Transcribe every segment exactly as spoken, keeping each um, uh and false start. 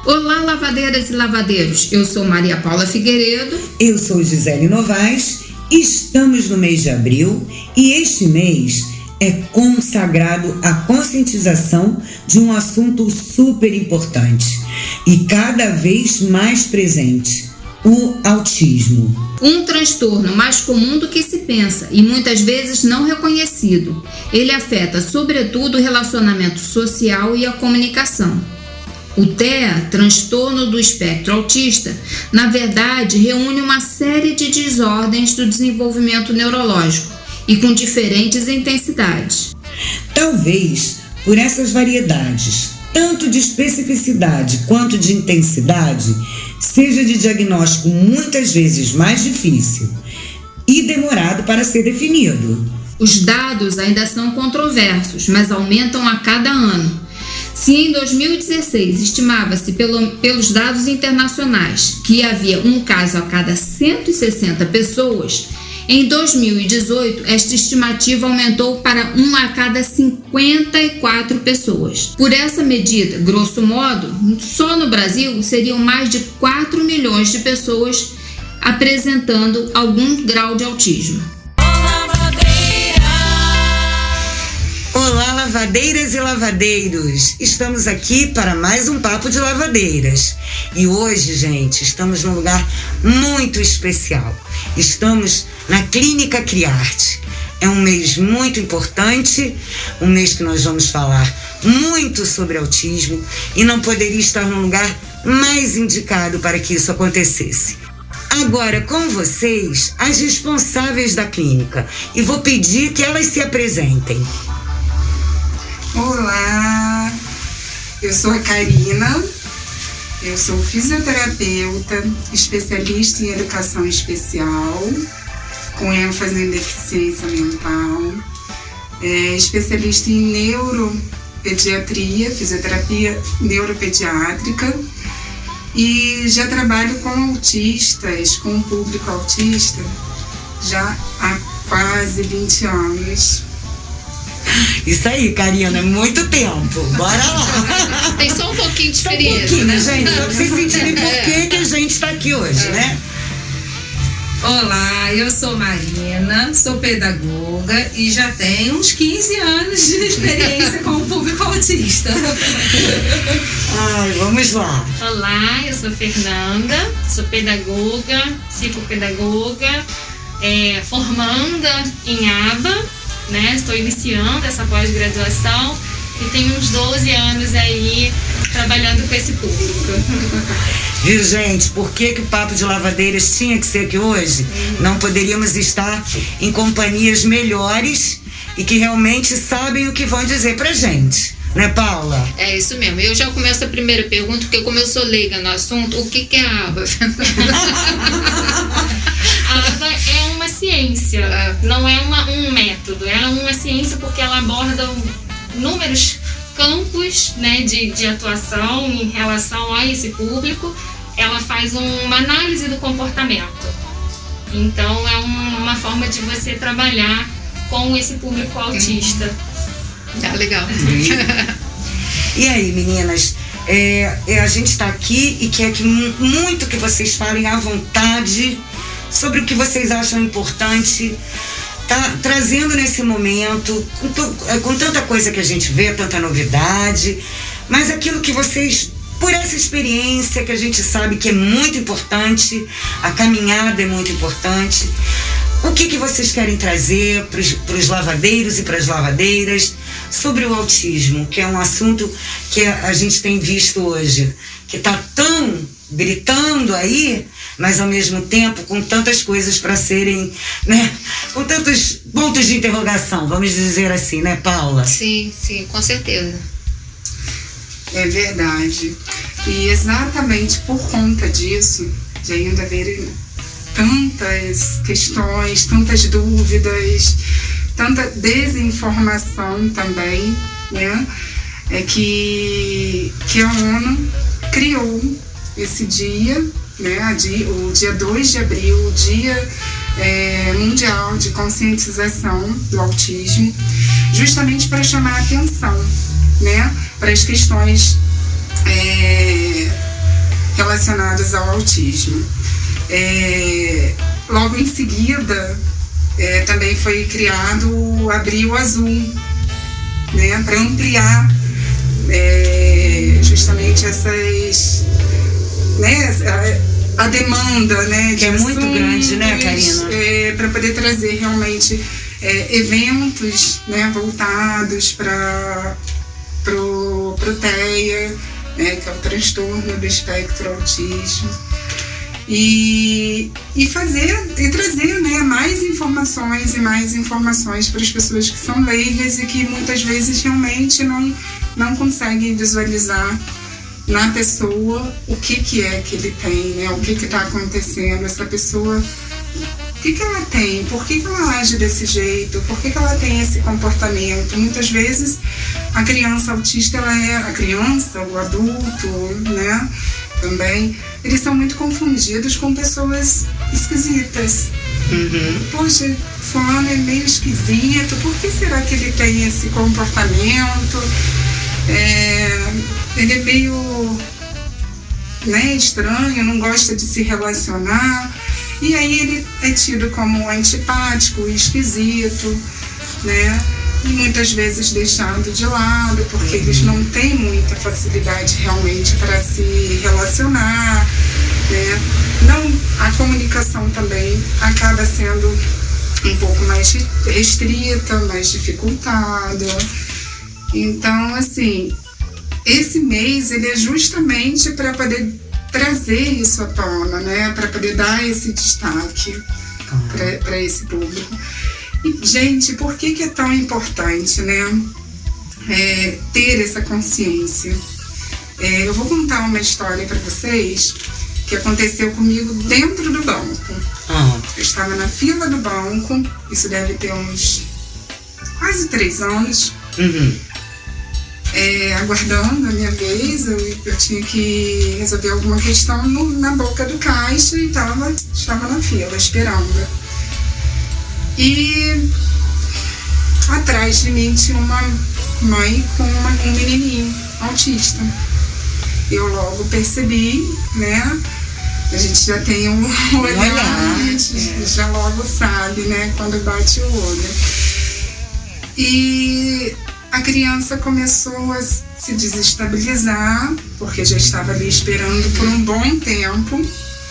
Olá, lavadeiras e lavadeiros, eu sou Maria Paula Figueiredo. Eu sou Gisele Novaes, estamos no mês de abril e este mês é consagrado à conscientização de um assunto super importante e cada vez mais presente, o autismo. Um transtorno mais comum do que se pensa e muitas vezes não reconhecido. Ele afeta sobretudo o relacionamento social e a comunicação. O T E A, transtorno do espectro autista, na verdade reúne uma série de desordens do desenvolvimento neurológico e com diferentes intensidades. Talvez por essas variedades, tanto de especificidade quanto de intensidade, seja de diagnóstico muitas vezes mais difícil e demorado para ser definido. Os dados ainda são controversos, mas aumentam a cada ano. Se em dois mil e dezesseis estimava-se pelo, pelos dados internacionais que havia um caso a cada cento e sessenta pessoas, em dois mil e dezoito esta estimativa aumentou para um a cada cinquenta e quatro pessoas. Por essa medida, grosso modo, só no Brasil seriam mais de quatro milhões de pessoas apresentando algum grau de autismo. Olá, lavadeiras e lavadeiros! Estamos aqui para mais um Papo de Lavadeiras. E hoje, gente, estamos num lugar muito especial. Estamos na Clínica Criarte. É um mês muito importante, um mês que nós vamos falar muito sobre autismo e não poderia estar num lugar mais indicado para que isso acontecesse. Agora, com vocês, as responsáveis da clínica, e vou pedir que elas se apresentem. Olá, eu sou a Karina, eu sou fisioterapeuta, especialista em educação especial, com ênfase em deficiência mental, é, especialista em neuropediatria, fisioterapia neuropediátrica, e já trabalho com autistas, com o público autista, já há quase vinte anos. Isso aí, Karina, muito tempo. Bora lá. Tem só um pouquinho de Só um experiência, pouquinho, né? gente, só pra vocês sentirem por que que a gente está aqui hoje, né? Olá, eu sou Marina, sou pedagoga e já tenho uns quinze anos de experiência com o público autista. Ai, vamos lá. Olá, eu sou Fernanda, sou pedagoga, psicopedagoga, é, formanda em aba, né? Estou iniciando essa pós-graduação e tenho uns doze anos aí trabalhando com esse público. Viu, gente? Por que que o Papo de Lavadeiras tinha que ser aqui hoje? Uhum. Não poderíamos estar em companhias melhores e que realmente sabem o que vão dizer pra gente. Né, Paula? É isso mesmo. Eu já começo a primeira pergunta, porque como eu sou leiga no assunto, o que que é a aba? A aba é uma ciência, não é uma, um método. Ela é uma ciência porque ela aborda inúmeros campos, né, de, de atuação em relação a esse público. Ela faz um, uma análise do comportamento. Então, é um, uma forma de você trabalhar com esse público autista. Ah, legal. E aí, meninas, é, é, a gente está aqui e quer que muito que vocês falem à vontade sobre o que vocês acham importante, tá trazendo nesse momento, com, com tanta coisa que a gente vê, tanta novidade, mas aquilo que vocês, por essa experiência que a gente sabe que é muito importante, a caminhada é muito importante, o que que vocês querem trazer para os lavadeiros e para as lavadeiras sobre o autismo, que é um assunto que a gente tem visto hoje, que está tão gritando aí, mas ao mesmo tempo com tantas coisas para serem, né, com tantos pontos de interrogação, vamos dizer assim, né, Paula? Sim, sim, com certeza. É verdade. E exatamente por conta disso, de ainda haver tantas questões, tantas dúvidas, tanta desinformação também, né? É que, que a ONU criou esse dia, né? O dia dois de abril, o Dia é, Mundial de Conscientização do Autismo, justamente para chamar a atenção, né? Para as questões é, relacionados ao autismo. É, logo em seguida, é, também foi criado o Abril Azul, né, para ampliar é, justamente essas, né, a, a demanda, né, de que é muito assuntos, grande, né, Karina? É, para poder trazer realmente é, eventos, né, voltados para pro, pro T E A, né, que é o transtorno do espectro autismo. E, e fazer e trazer, né, mais informações e mais informações para as pessoas que são leigas e que muitas vezes realmente não, não conseguem visualizar na pessoa o que, que é que ele tem, né, o que está acontecendo. Essa pessoa, o que, que ela tem, por que, que ela age desse jeito, por que, que ela tem esse comportamento. Muitas vezes a criança autista, ela é a criança, o adulto, né, também, eles são muito confundidos com pessoas esquisitas. Uhum. Poxa, fulano é meio esquisito, por que será que ele tem esse comportamento? É, ele é meio, né, estranho, não gosta de se relacionar. E aí ele é tido como antipático, esquisito, né? E muitas vezes deixado de lado, porque eles não têm muita facilidade realmente para se relacionar, né? Não, a comunicação também acaba sendo um pouco mais restrita, mais dificultada. Então, assim, esse mês ele é justamente para poder trazer isso à tona, né? Para poder dar esse destaque uhum. para esse público. E, gente, por que que é tão importante, né, é, ter essa consciência? É, eu vou contar uma história para vocês que aconteceu comigo dentro do banco. Uhum. Eu estava na fila do banco, isso deve ter uns quase três anos, uhum. é, aguardando a minha vez. Eu, eu tinha que resolver alguma questão no, na boca do caixa e tava, estava na fila, esperando. E atrás de mim tinha uma mãe com uma, um menininho autista. Eu logo percebi, né? A gente já tem um olhar, olhar, a gente é. já logo sabe, né? Quando bate o olho. E a criança começou a se desestabilizar, porque já estava ali esperando por um bom tempo.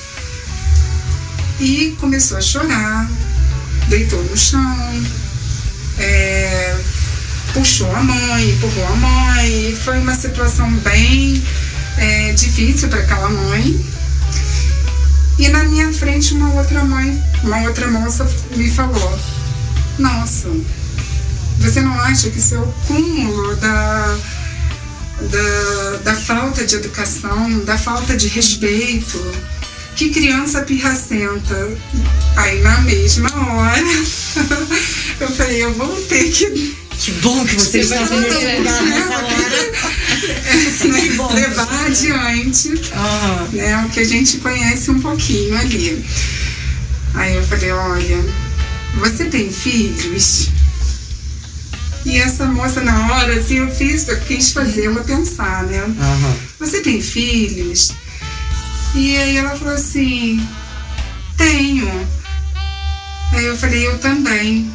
E começou a chorar. Deitou no chão, é, puxou a mãe, empurrou a mãe. Foi uma situação bem é, difícil para aquela mãe. E na minha frente uma outra mãe, uma outra moça me falou: nossa, você não acha que isso é o cúmulo da, da, da falta de educação, da falta de respeito? Que criança pirracenta. Aí na mesma hora eu falei, eu vou ter que... Que bom que você está nesse lugar nessa hora. Que bom. Levar adiante uhum. né, o que a gente conhece um pouquinho ali. Aí eu falei, olha, você tem filhos? E essa moça na hora, assim, eu, fiz, eu quis fazê-la pensar, né? Uhum. Você tem filhos? E aí ela falou assim, tenho. Aí eu falei, eu também.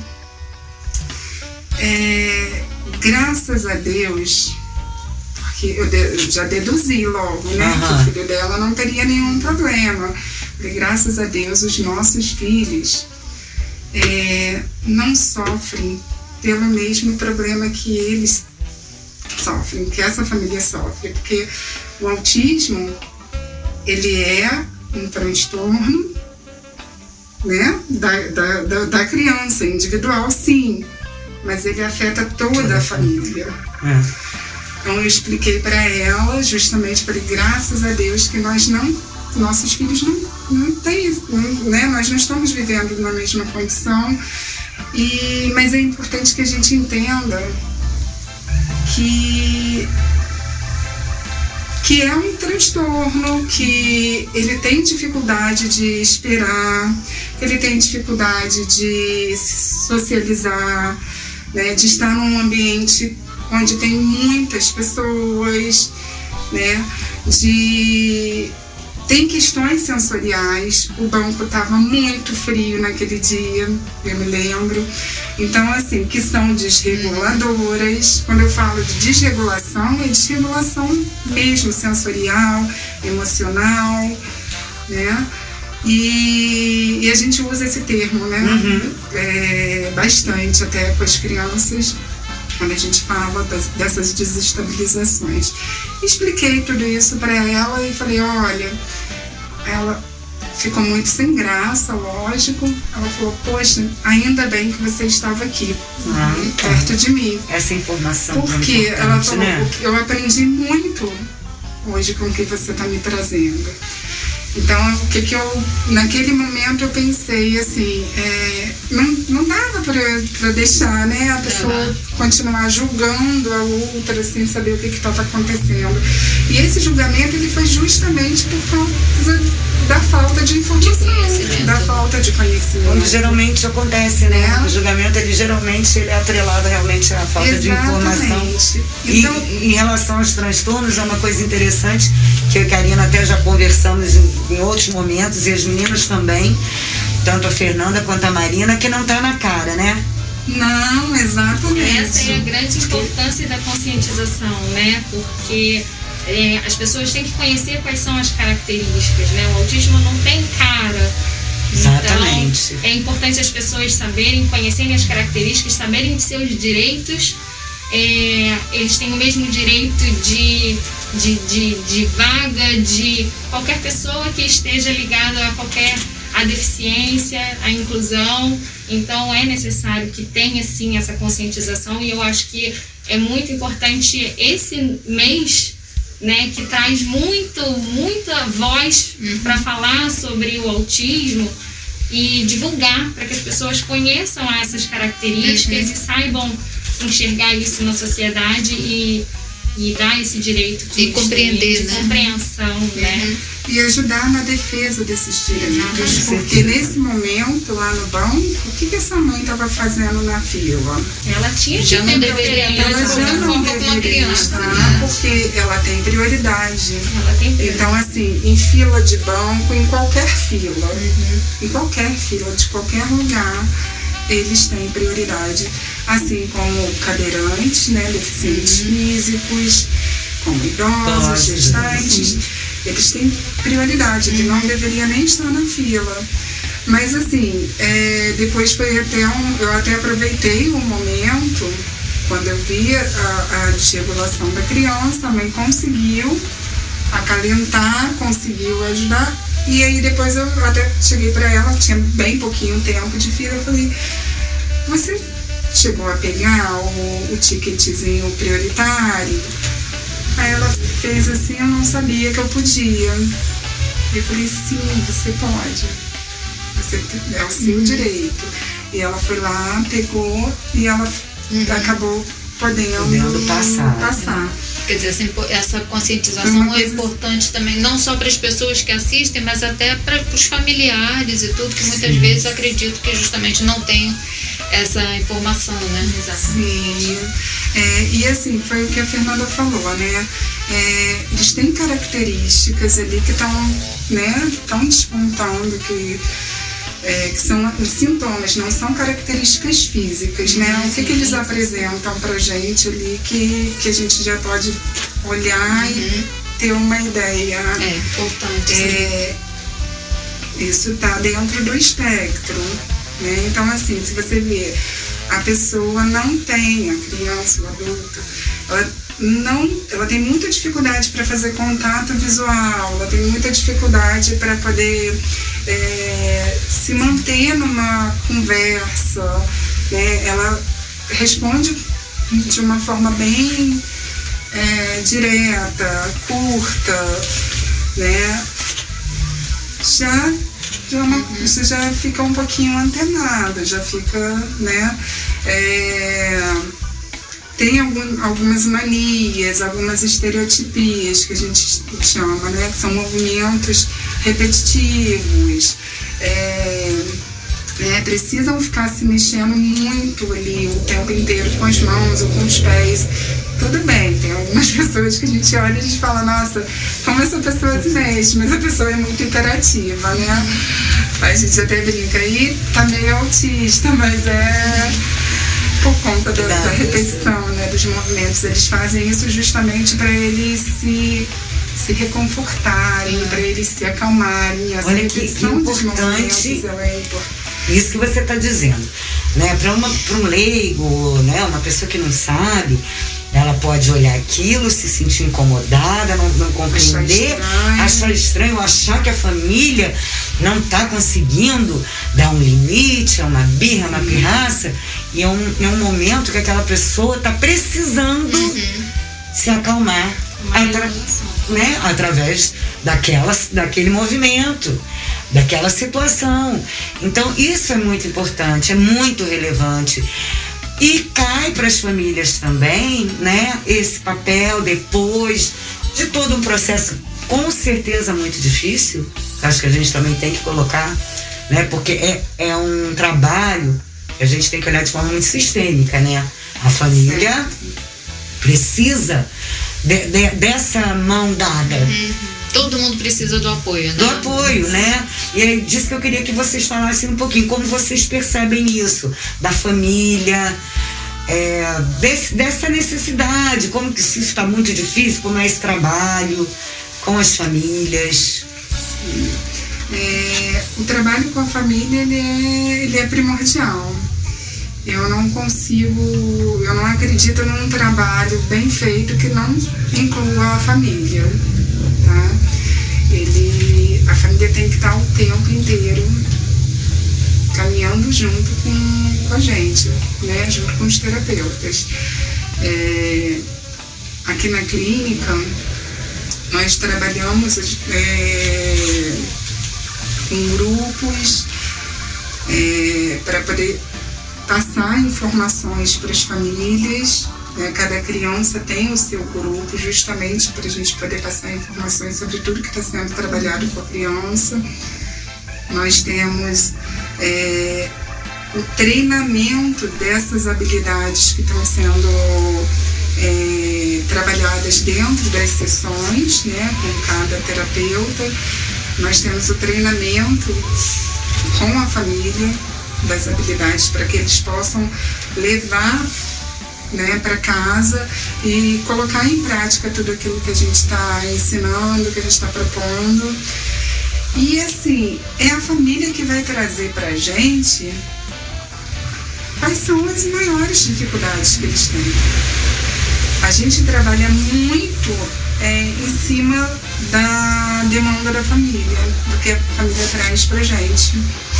É, graças a Deus, porque eu, de, eu já deduzi logo, né, uhum. que o filho dela não teria nenhum problema. Falei, graças a Deus, os nossos filhos é, não sofrem pelo mesmo problema que eles sofrem, que essa família sofre, porque o autismo, ele é um transtorno, né, da, da, da, da criança, individual, sim, mas ele afeta toda a família. É. Então eu expliquei para ela, justamente, falei, graças a Deus que nós não, nossos filhos não, não têm, né, nós não estamos vivendo na mesma condição, e, mas é importante que a gente entenda que que é um transtorno, que ele tem dificuldade de esperar, ele tem dificuldade de socializar, né, de estar num ambiente onde tem muitas pessoas, né, de tem questões sensoriais. O banco estava muito frio naquele dia, eu me lembro. Então, assim, que são desreguladoras. Quando eu falo de desregulação, é desregulação mesmo sensorial, emocional, né? E, e a gente usa esse termo, né? Uhum. É, bastante até com as crianças, quando a gente fala das, dessas desestabilizações. Expliquei tudo isso para ela e falei, olha, ela ficou muito sem graça, lógico. Ela falou, poxa, ainda bem que você estava aqui, ah, perto de mim. Essa informação. Porque é ela falou, né? eu aprendi muito hoje com o que você está me trazendo. Então, o que que eu, naquele momento eu pensei assim, é, não, não dava para deixar, né, a pessoa uhum. continuar julgando a outra sem saber o que estava acontecendo. E esse julgamento ele foi justamente por causa da falta de informação, da falta de conhecimento. Como geralmente acontece, né? O julgamento, ele geralmente ele é atrelado realmente à falta Exatamente. de informação. Então, e em relação aos transtornos, é uma coisa interessante, que eu e a Karina até já conversamos em, em outros momentos, e as meninas também, tanto a Fernanda quanto a Marina, que não está na cara, né? Não, exatamente. Essa é a grande importância da conscientização, né? Porque é, as pessoas têm que conhecer quais são as características, né? O autismo não tem cara. Exatamente. Então, é importante as pessoas saberem, conhecerem as características, saberem de seus direitos. É, eles têm o mesmo direito de, de, de, de vaga de qualquer pessoa que esteja ligada a qualquer a deficiência, a inclusão. Então é necessário que tenha sim essa conscientização, e eu acho que é muito importante esse mês, né, que traz muito, muita voz uhum. para falar sobre o autismo e divulgar, para que as pessoas conheçam essas características uhum. e saibam enxergar isso na sociedade e, e dar esse direito que e compreender, de né? compreensão, uhum. né? E ajudar na defesa desses direitos, porque nesse momento lá no banco, o que, que essa mãe estava fazendo na fila? Ela tinha já não deveria, ela já não deveria estar, né? Porque ela tem prioridade. Ela tem prioridade. Então, assim, em fila de banco, em qualquer fila, uhum. em qualquer fila, de qualquer lugar, eles têm prioridade. Assim como cadeirantes, né, deficientes uhum. físicos, como idosos, Nossa, gestantes, uhum. eles têm prioridade, que uhum. não deveria nem estar na fila. Mas assim, é, depois foi até um, eu até aproveitei o momento, quando eu vi a, a desregulação da criança, a mãe conseguiu acalentar, conseguiu ajudar, e aí depois eu até cheguei para ela, tinha bem pouquinho tempo de fila, eu falei, você chegou a pegar o, o ticketzinho prioritário? Aí ela fez assim, eu não sabia que eu podia. Eu falei, sim, você pode. Você, é o seu uhum. direito. E ela foi lá, pegou e ela uhum. acabou podendo, podendo passar. passar. Quer dizer, essa conscientização é importante também, não só para as pessoas que assistem, mas até para os familiares e tudo, que muitas Sim. vezes acredito que justamente não tenham essa informação, né? Sim. É, e assim, foi o que a Fernanda falou, né? É, eles têm características ali que estão, né, estão despontando, que, é, que são sintomas, não são características físicas, né? O que, que eles apresentam pra gente ali que, que a gente já pode olhar uhum. e ter uma ideia. É importante. É, isso tá dentro do espectro. Né? Então, assim, se você vê, a pessoa não tem, a criança, o adulto, ela, não, ela tem muita dificuldade para fazer contato visual, ela tem muita dificuldade para poder é, se manter numa conversa, né? Ela responde de uma forma bem é, direta, curta, né? Já Já uma, você já fica um pouquinho antenado, já fica, né, é, tem algum, algumas manias, algumas estereotipias que a gente chama, né, que são movimentos repetitivos, é, né, né, precisam ficar se mexendo muito ali o tempo inteiro com as mãos ou com os pés. Tudo bem, tem algumas pessoas que a gente olha e a gente fala, nossa, como essa pessoa se mexe, mas a pessoa é muito imperativa, né? A gente até brinca, e tá meio autista, mas é por conta da, da repetição, né, dos movimentos. Eles fazem isso justamente para eles se, se reconfortarem, para eles se acalmarem. Essa Olha que, que importante é importante. Isso que você está dizendo, né? Para uma, para um leigo, né, uma pessoa que não sabe, ela pode olhar aquilo, se sentir incomodada, não, não compreender, achar estranho. achar estranho, achar que a família não está conseguindo dar um limite, é uma birra, uma pirraça, e é um, é um momento que aquela pessoa está precisando uhum. se acalmar atra, né, através daquela, daquele movimento, daquela situação. Então isso é muito importante, é muito relevante. E cai para as famílias também, né, esse papel depois de todo um processo com certeza muito difícil. Acho que a gente também tem que colocar, né, porque é, é um trabalho que a gente tem que olhar de forma muito sistêmica, né? A família precisa de, de, dessa mão dada. Uhum. Todo mundo precisa do apoio, né? Do apoio, né? E é disso que eu queria que vocês falassem um pouquinho, como vocês percebem isso, da família, é, desse, dessa necessidade, como que se isso está muito difícil, como é esse trabalho com as famílias. Sim. É, o trabalho com a família, ele é, ele é primordial. Eu não consigo, eu não acredito num trabalho bem feito que não inclua a família. Tá? Ele, a família tem que estar o tempo inteiro caminhando junto com, com a gente, né? Junto com os terapeutas. É, aqui na clínica, nós trabalhamos é, com grupos é, para poder passar informações para as famílias. Cada criança tem o seu grupo, justamente para a gente poder passar informações sobre tudo que está sendo trabalhado com a criança. Nós temos é, o treinamento dessas habilidades que estão sendo é, trabalhadas dentro das sessões, né, com cada terapeuta. Nós temos o treinamento com a família das habilidades para que eles possam levar, né, para casa e colocar em prática tudo aquilo que a gente está ensinando, que a gente está propondo. E assim, é a família que vai trazer para a gente quais são as maiores dificuldades que eles têm. A gente trabalha muito é, em cima da demanda da família, do que a família traz para a gente,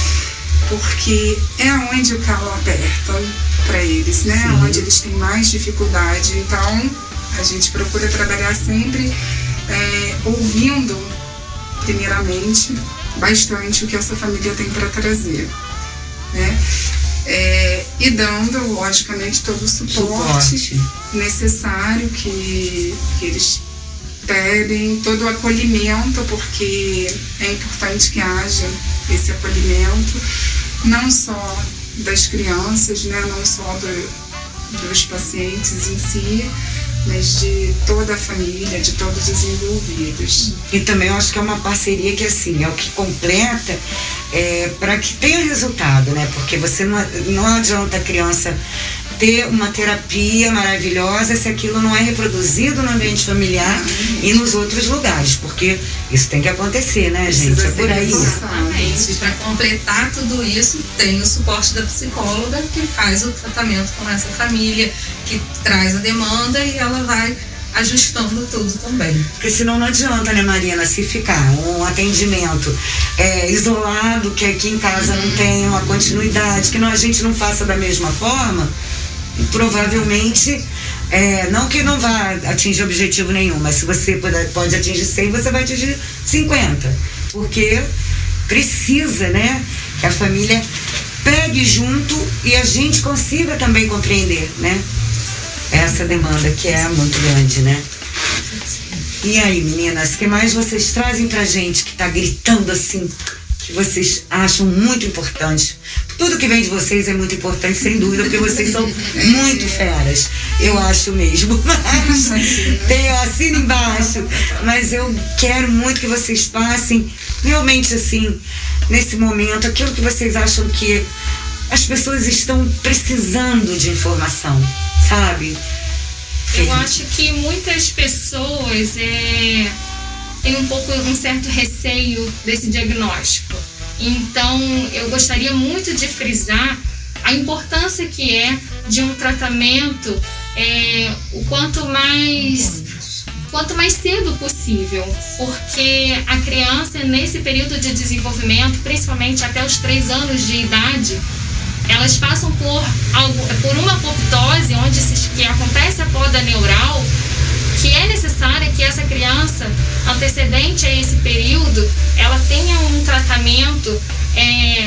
porque é onde o calo aperta para eles, né? Sim. Onde eles têm mais dificuldade. Então, a gente procura trabalhar sempre é, ouvindo, primeiramente, bastante o que essa família tem para trazer, né? É, e dando, logicamente, todo o suporte, suporte. necessário que, que eles pedem, todo o acolhimento, porque é importante que haja esse acolhimento, não só das crianças, né, não só do, dos pacientes em si, mas de toda a família, de todos os envolvidos. E também eu acho que é uma parceria que, assim, é o que completa é, para que tenha resultado, né? Porque você não, não adianta a criança ter uma terapia maravilhosa se aquilo não é reproduzido no ambiente familiar uhum. e nos outros lugares, porque isso tem que acontecer, né, gente? Precisa é por aí. Exatamente. Para completar tudo isso, tem o suporte da psicóloga que faz o tratamento com essa família, que traz a demanda e ela vai ajustando tudo também. Porque senão não adianta, né, Marina, se ficar um atendimento é, isolado, que aqui em casa uhum. não tem uma continuidade, que não, a gente não faça da mesma forma, provavelmente, é, não que não vá atingir objetivo nenhum, mas se você puder, pode atingir cem, você vai atingir cinquenta, porque precisa, né, que a família pegue junto e a gente consiga também compreender, né, essa demanda que é muito grande, né. E aí, meninas, o que mais vocês trazem pra gente que tá gritando assim, que vocês acham muito importante. Tudo que vem de vocês é muito importante, sem dúvida, porque vocês são muito feras. Eu acho mesmo. Mas tenho assino embaixo. Mas eu quero muito que vocês passem realmente assim, nesse momento, aquilo que vocês acham que as pessoas estão precisando de informação, sabe? Eu acho que muitas pessoas é, têm um pouco, um certo receio desse diagnóstico. Então, eu gostaria muito de frisar a importância que é de um tratamento é, o quanto mais, quanto mais cedo possível, porque a criança, nesse período de desenvolvimento, principalmente até os três anos de idade, elas passam por, algo, por uma apoptose, onde se, que acontece a poda neural, que é necessária que essa criança, antecedente a esse período, ela tenha um tratamento é,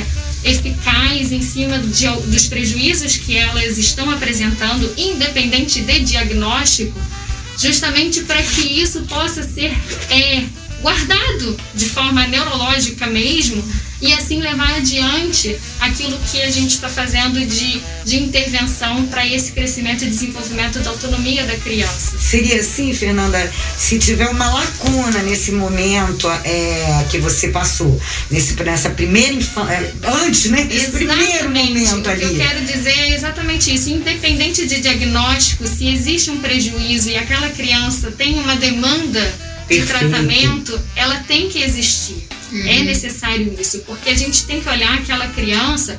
eficaz em cima de, dos prejuízos que elas estão apresentando, independente de diagnóstico, justamente para que isso possa ser é, guardado de forma neurológica mesmo, e assim levar adiante aquilo que a gente está fazendo de, de intervenção para esse crescimento e desenvolvimento da autonomia da criança. Seria assim, Fernanda, se tiver uma lacuna nesse momento é, que você passou, nesse, nessa primeira infância, antes, né? Esse primeiro momento ali. O que eu quero dizer é exatamente isso. Independente de diagnóstico, se existe um prejuízo e aquela criança tem uma demanda de Perfeito. tratamento, ela tem que existir. Uhum. É necessário isso, porque a gente tem que olhar aquela criança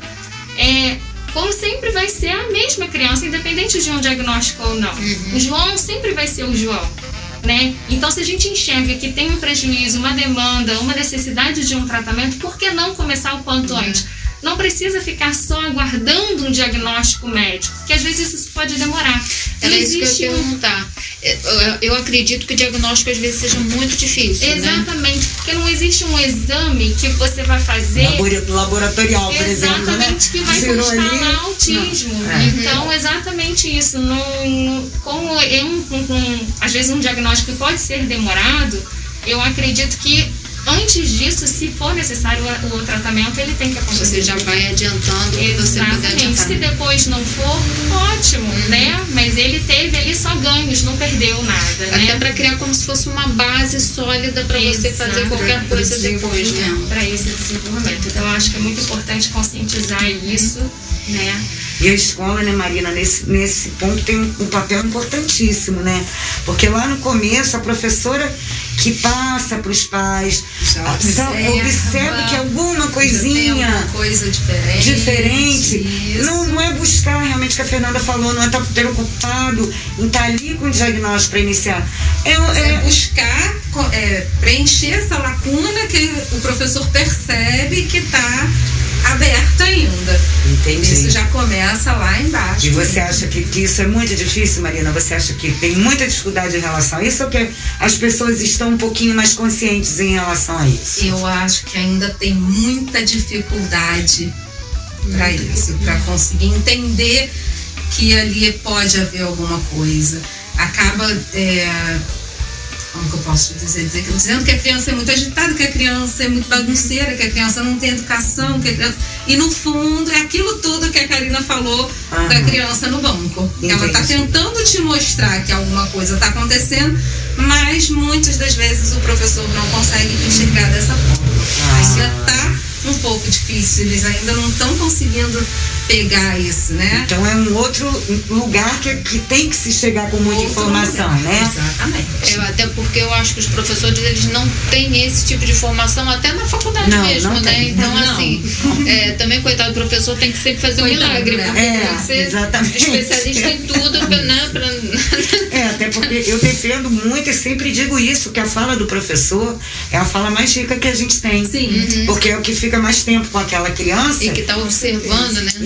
é, como sempre vai ser a mesma criança, independente de um diagnóstico ou não. Uhum. O João sempre vai ser o João, né? Então, se a gente enxerga que tem um prejuízo, uma demanda, uma necessidade de um tratamento, por que não começar o quanto uhum. antes? Não precisa ficar só aguardando um diagnóstico médico, porque às vezes isso pode demorar. Era isso que eu ia perguntar. Eu, eu acredito que o diagnóstico às vezes seja muito difícil. Exatamente, né? Porque não existe um exame que você vai fazer laboratorial, por exemplo, exatamente, né? que vai Zerou constar ali. lá autismo. É. Então, exatamente isso. Não, como é um, um, um, às vezes um diagnóstico pode ser demorado, eu acredito que antes disso, se for necessário o, o tratamento, ele tem que acontecer. Você já vai adiantando o que você puder adiantar. Se depois não for, ótimo, uhum. né? Mas ele teve ali só ganhos, não perdeu nada, Até né? para criar como se fosse uma base sólida para você fazer qualquer coisa depois, né? Para esse desenvolvimento. Então, eu acho que é muito importante conscientizar isso, né? E a escola, né, Marina, nesse, nesse ponto tem um, um papel importantíssimo, né? Porque lá no começo, a professora que passa para os pais, observa, observa que alguma coisinha alguma coisa diferente, diferente não, não é buscar realmente o que a Fernanda falou, não é estar preocupado em estar ali com o diagnóstico para iniciar. É, é, é buscar é, preencher essa lacuna que o professor percebe que está aberta ainda. Entendi. Isso já começa lá embaixo. E você acha que, que isso é muito difícil, Marina? Você acha que tem muita dificuldade em relação a isso, ou que as pessoas estão um pouquinho mais conscientes em relação a isso? Eu acho que ainda tem muita dificuldade para isso, para conseguir entender que ali pode haver alguma coisa. Acaba é, como que eu posso dizer, dizer, dizendo que a criança é muito agitada, que a criança é muito bagunceira, que a criança não tem educação, que a criança... E no fundo é aquilo tudo que a Karina falou uhum. da criança no banco. Entendi. Ela está tentando te mostrar que alguma coisa está acontecendo, mas muitas das vezes o professor não consegue enxergar dessa forma. Ah. Ainda está um pouco difícil, eles ainda não estão conseguindo pegar isso, né? Então é um outro lugar que, que tem que se chegar com muita outro informação, lugar. Né? Exatamente. Eu, até porque eu acho que os professores, eles não têm esse tipo de formação até na faculdade não, mesmo, não né? Tem. Então, não. assim, é, também, coitado do professor, tem que sempre fazer um coitado, milagre, né? porque é, tem que ser exatamente. especialista em tudo, né? Pra... É, até porque eu defendo muito e sempre digo isso, que a fala do professor é a fala mais rica que a gente tem. Sim. Uhum. Porque é o que fica mais tempo com aquela criança. E que está observando, né?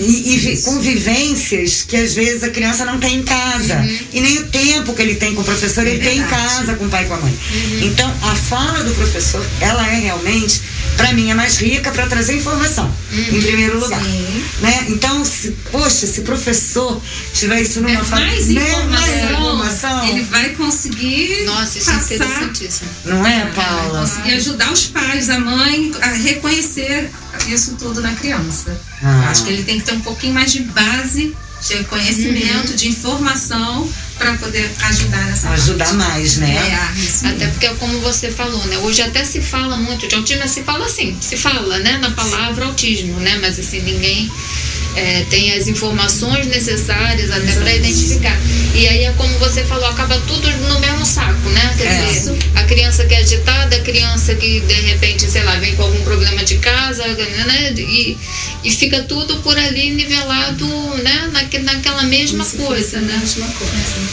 E, e com vivências que às vezes a criança não tem em casa. Uhum. E nem o tempo que ele tem com o professor, ele é tem em casa com o pai e com a mãe. Uhum. Então, a fala do professor, ela é realmente, para mim, é mais rica para trazer informação, uhum. em primeiro lugar. Né? Então, se, poxa, se o professor tiver isso numa é fala, mais, né? informação, mais informação, ele vai conseguir Nossa, isso passar, é interessantíssimo. Não é, Paula? Conseguir ajudar os pais, a mãe, a reconhecer isso tudo na criança. Ah. Acho que ele tem que ter um pouquinho mais de base, de conhecimento, uhum. de informação, para poder ajudar nessa Ajudar parte. mais, né? É, isso até porque, como você falou, né? Hoje até se fala muito de autismo, mas se fala assim, se fala, né? Na palavra autismo, né? Mas assim, ninguém é, tem as informações necessárias até para identificar. E aí é como você falou, acaba tudo no mesmo saco, né? Quer é. dizer, a criança que é agitada, a criança que de repente, sei lá, vem com algum problema de casa, né? E, e fica tudo por ali nivelado, né? Naque, naquela mesma Isso coisa, né? Mesma coisa.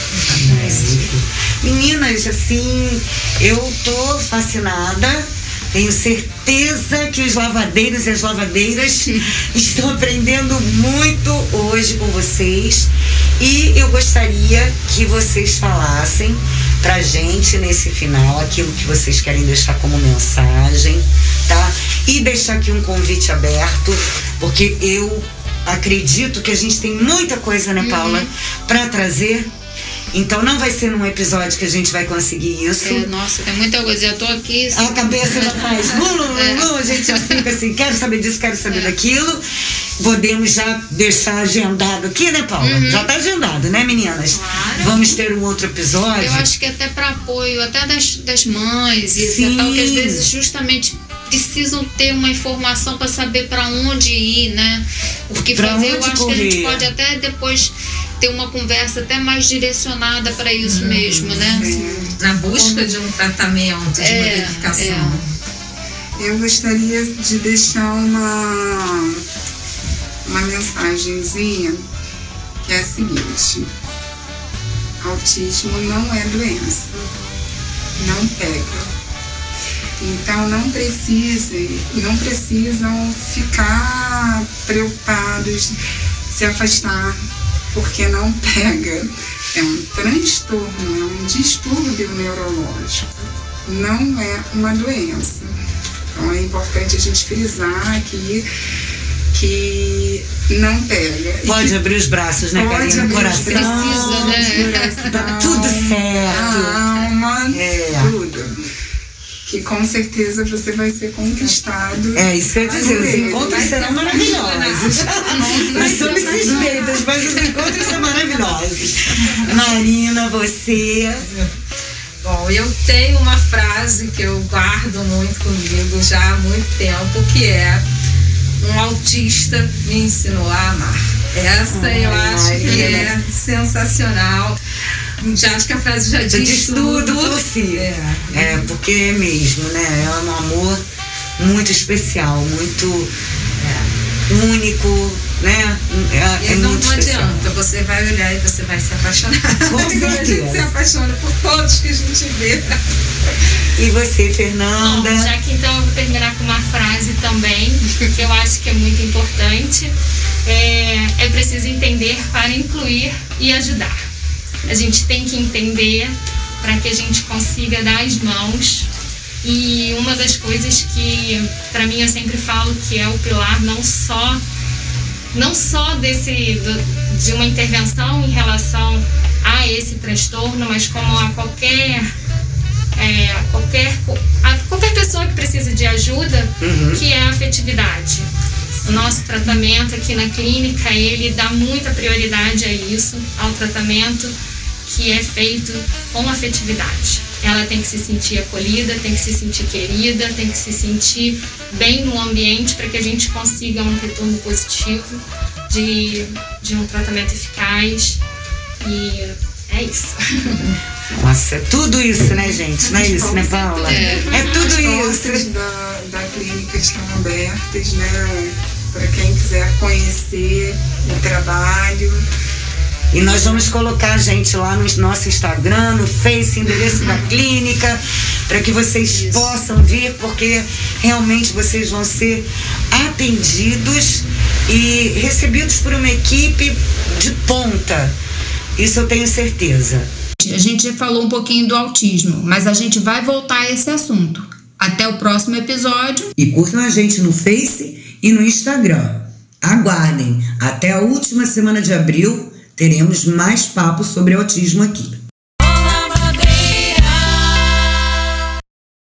Meninas, assim, eu tô fascinada. Tenho certeza que os lavadeiros e as lavadeiras estão aprendendo muito hoje com vocês. E eu gostaria que vocês falassem pra gente nesse final aquilo que vocês querem deixar como mensagem, tá? E deixar aqui um convite aberto, porque eu acredito que a gente tem muita coisa, né, Paula, uhum. pra trazer. Então não vai ser num episódio que a gente vai conseguir isso. É, nossa, tem muita coisa. Eu tô aqui. A cabeça já faz. Lum, lum, é. lum, a gente já fica assim, quero saber disso, quero saber é. daquilo. Podemos já deixar agendado aqui, né, Paula? Uhum. Já tá agendado, né, meninas? Claro. Vamos ter um outro episódio. Eu acho que até para apoio, até das, das mães e Sim. tal, que às vezes justamente precisam ter uma informação para saber para onde ir, né? O que pra fazer. Eu acho correr. que a gente pode até depois ter uma conversa até mais direcionada para isso hum, mesmo, né? Sim. Na busca Como... de um tratamento, de é, uma verificação. É. Eu gostaria de deixar uma, uma mensagenzinha que é a seguinte: autismo não é doença, não pega. Então não precisem, não precisam ficar preocupados, se afastar, porque não pega. É um transtorno, é um distúrbio neurológico, não é uma doença. Então é importante a gente frisar aqui que não pega. Pode que abrir os braços, né, Karina? O coração. Precisa, né? Tá tudo certo. A alma, é. tudo. Que com certeza você vai ser conquistado. É, isso que eu ia dizer, os encontros serão maravilhosos. Nós somos suspeitas, mas os encontros são maravilhosos. Marina, você... Bom, eu tenho uma frase que eu guardo muito comigo já há muito tempo, que é: um autista me ensinou a amar. Essa ai, eu acho ai, que é sensacional. Já acho que a frase já diz, diz tudo, tudo por si. É. é, porque é mesmo, né? É um amor muito especial, muito é, único, né? É, e é não, muito não especial. adianta, você vai olhar e você vai se apaixonar. Com certeza. A gente se apaixona por todos que a gente vê. E você, Fernanda? Bom, já que então eu vou terminar com uma frase também, que eu acho que é muito importante. É, é preciso entender para incluir e ajudar. A gente tem que entender para que a gente consiga dar as mãos. E uma das coisas que, para mim, eu sempre falo que é o pilar não só, não só desse, do, de uma intervenção em relação a esse transtorno, mas como a qualquer, é, a qualquer, a qualquer pessoa que precisa de ajuda, uhum. que é a afetividade. O nosso tratamento aqui na clínica, ele dá muita prioridade a isso, ao tratamento que é feito com afetividade. Ela tem que se sentir acolhida, tem que se sentir querida, tem que se sentir bem no ambiente para que a gente consiga um retorno positivo de, de um tratamento eficaz. E é isso. Nossa, é tudo isso, né, gente? Não é isso, né, Paula? É, é tudo As isso. As portas da, da clínica estão abertas, né, para quem quiser conhecer o trabalho. E nós vamos colocar, gente, lá no nosso Instagram, no Face, endereço da clínica, para que vocês Isso. possam vir, porque realmente vocês vão ser atendidos e recebidos por uma equipe de ponta. Isso eu tenho certeza. A gente falou um pouquinho do autismo, mas a gente vai voltar a esse assunto. Até o próximo episódio. E curtam a gente no Face e no Instagram. Aguardem, até a última semana de abril teremos mais papo sobre autismo aqui.